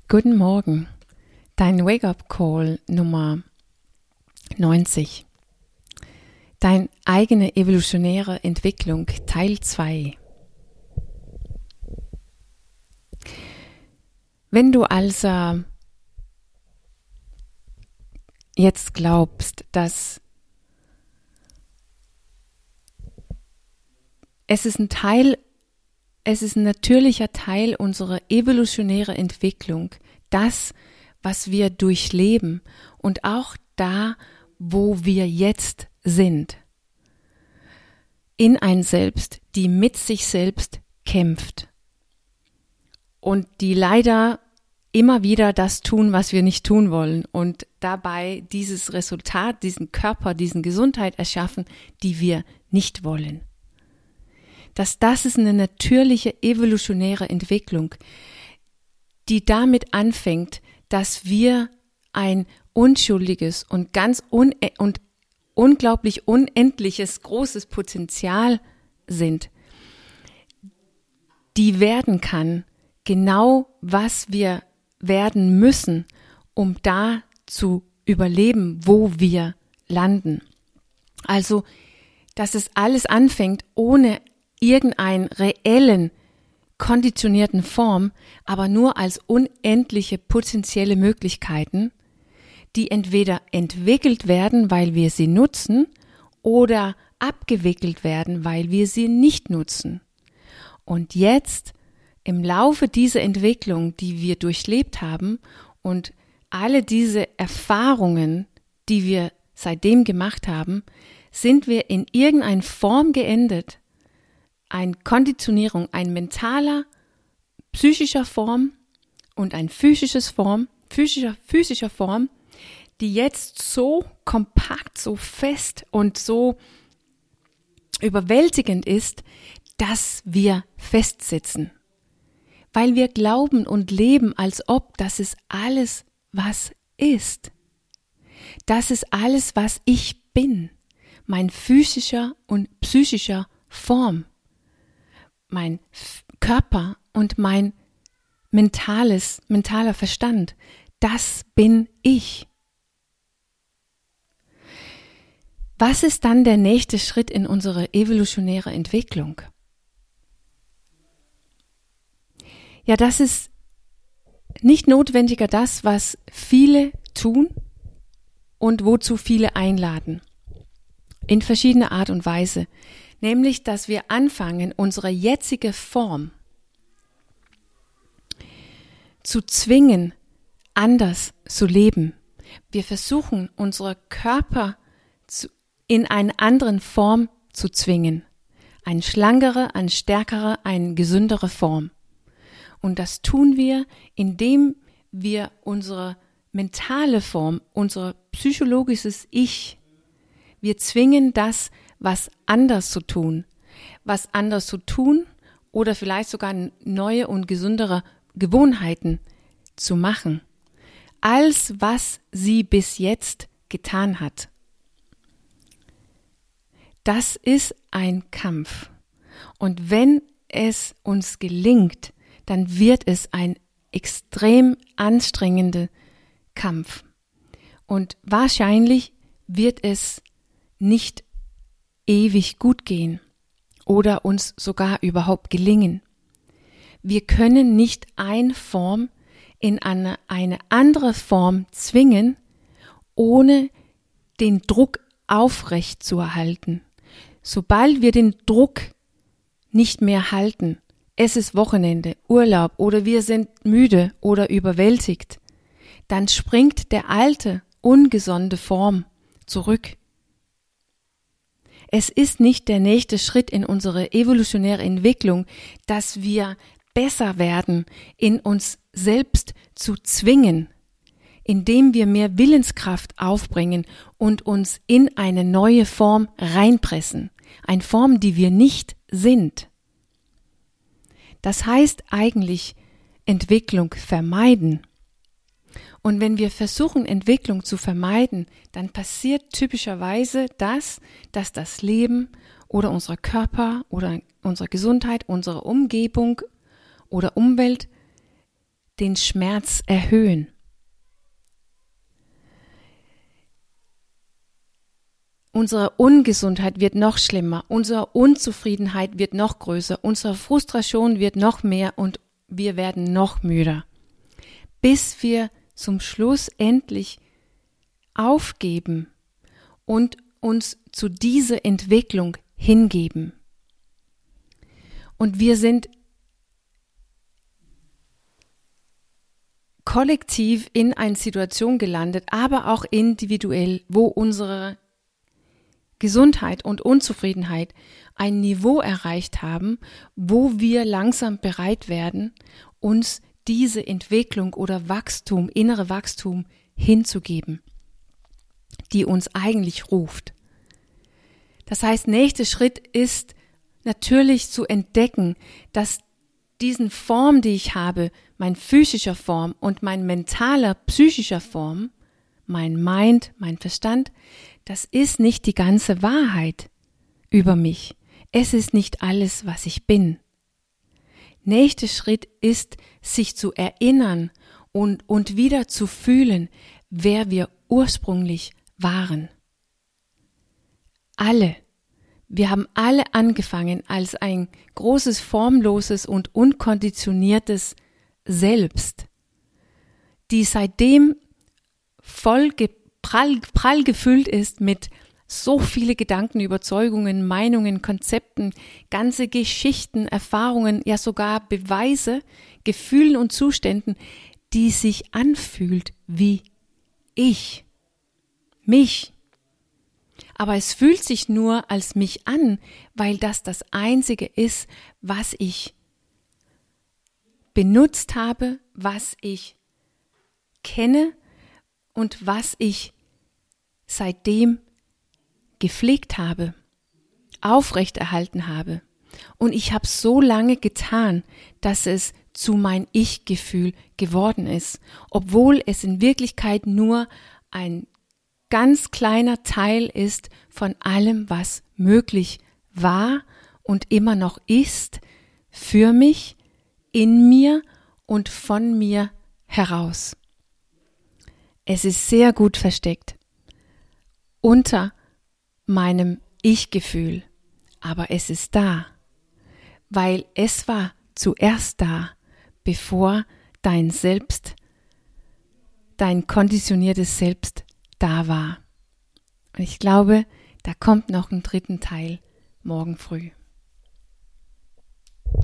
Guten Morgen, dein Wake-up-Call Nummer 90. Deine eigene evolutionäre Entwicklung Teil 2. Wenn du also jetzt glaubst, dass es ist ein natürlicher Teil unserer evolutionären Entwicklung, das, was wir durchleben und auch da, wo wir jetzt sind, in ein Selbst, die mit sich selbst kämpft und die leider immer wieder das tun, was wir nicht tun wollen und dabei dieses Resultat, diesen Körper, diesen Gesundheit erschaffen, die wir nicht wollen. Das ist eine natürliche evolutionäre Entwicklung, die damit anfängt, dass wir ein unschuldiges und und unglaublich unendliches, großes Potenzial sind, die werden kann, genau was wir werden müssen, um da zu überleben, wo wir landen. Also, dass es alles anfängt ohne irgendeinen reellen, konditionierten Form, aber nur als unendliche potenzielle Möglichkeiten, die entweder entwickelt werden, weil wir sie nutzen, oder abgewickelt werden, weil wir sie nicht nutzen. Und jetzt, im Laufe dieser Entwicklung, die wir durchlebt haben und alle diese Erfahrungen, die wir seitdem gemacht haben, sind wir in irgendeiner Form geendet, eine Konditionierung, ein mentaler, psychischer Form und ein physischer Form, die jetzt so kompakt, so fest und so überwältigend ist, dass wir festsitzen. Weil wir glauben und leben, als ob das ist alles, was ist. Das ist alles, was ich bin. Mein physischer und psychischer Form. Mein Körper und mein mentaler Verstand, das bin ich. Was ist dann der nächste Schritt in unsere evolutionäre Entwicklung? Ja, das ist nicht notwendiger das, was viele tun und wozu viele einladen. In verschiedener Art und Weise. Nämlich, dass wir anfangen, unsere jetzige Form zu zwingen, anders zu leben. Wir versuchen, unsere Körper in eine andere Form zu zwingen. Eine schlankere, eine stärkere, eine gesündere Form. Und das tun wir, indem wir unsere mentale Form, unser psychologisches Ich, wir zwingen das, was anders zu tun oder vielleicht sogar neue und gesündere Gewohnheiten zu machen, als was sie bis jetzt getan hat. Das ist ein Kampf. Und wenn es uns gelingt, dann wird es ein extrem anstrengender Kampf. Und wahrscheinlich wird es nicht ewig gut gehen oder uns sogar überhaupt gelingen. Wir können nicht eine Form in eine andere Form zwingen, ohne den Druck aufrecht zu erhalten. Sobald wir den Druck nicht mehr halten, es ist Wochenende, Urlaub oder wir sind müde oder überwältigt, dann springt der alte, ungesunde Form zurück. Es ist nicht der nächste Schritt in unsere evolutionäre Entwicklung, dass wir besser werden, in uns selbst zu zwingen, indem wir mehr Willenskraft aufbringen und uns in eine neue Form reinpressen, eine Form, die wir nicht sind. Das heißt eigentlich Entwicklung vermeiden. Und wenn wir versuchen, Entwicklung zu vermeiden, dann passiert typischerweise das, dass das Leben oder unser Körper oder unsere Gesundheit, unsere Umgebung oder Umwelt den Schmerz erhöhen. Unsere Ungesundheit wird noch schlimmer, unsere Unzufriedenheit wird noch größer, unsere Frustration wird noch mehr und wir werden noch müder, bis wir zum Schluss endlich aufgeben und uns zu dieser Entwicklung hingeben. Und wir sind kollektiv in eine Situation gelandet, aber auch individuell, wo unsere Gesundheit und Unzufriedenheit ein Niveau erreicht haben, wo wir langsam bereit werden, uns diese Entwicklung oder Wachstum, innere Wachstum hinzugeben, die uns eigentlich ruft. Das heißt, nächster Schritt ist natürlich zu entdecken, dass diesen Form, die ich habe, mein physischer Form und mein mentaler, psychischer Form, mein Mind, mein Verstand, das ist nicht die ganze Wahrheit über mich. Es ist nicht alles, was ich bin. Nächster Schritt ist, sich zu erinnern und wieder zu fühlen, wer wir ursprünglich waren. Alle. Wir haben alle angefangen als ein großes, formloses und unkonditioniertes Selbst, die seitdem prall gefüllt ist mit so viele Gedanken, Überzeugungen, Meinungen, Konzepten, ganze Geschichten, Erfahrungen, ja sogar Beweise, Gefühlen und Zuständen, die sich anfühlt wie ich, mich. Aber es fühlt sich nur als mich an, weil das Einzige ist, was ich benutzt habe, was ich kenne und was ich seitdem gepflegt habe, aufrechterhalten habe. Und ich habe so lange getan, dass es zu mein Ich-Gefühl geworden ist, obwohl es in Wirklichkeit nur ein ganz kleiner Teil ist von allem, was möglich war und immer noch ist, für mich, in mir und von mir heraus. Es ist sehr gut versteckt unter meinem Ich-Gefühl, aber es ist da, weil es war zuerst da, bevor dein Selbst, dein konditioniertes Selbst da war. Und ich glaube, da kommt noch ein dritten Teil morgen früh.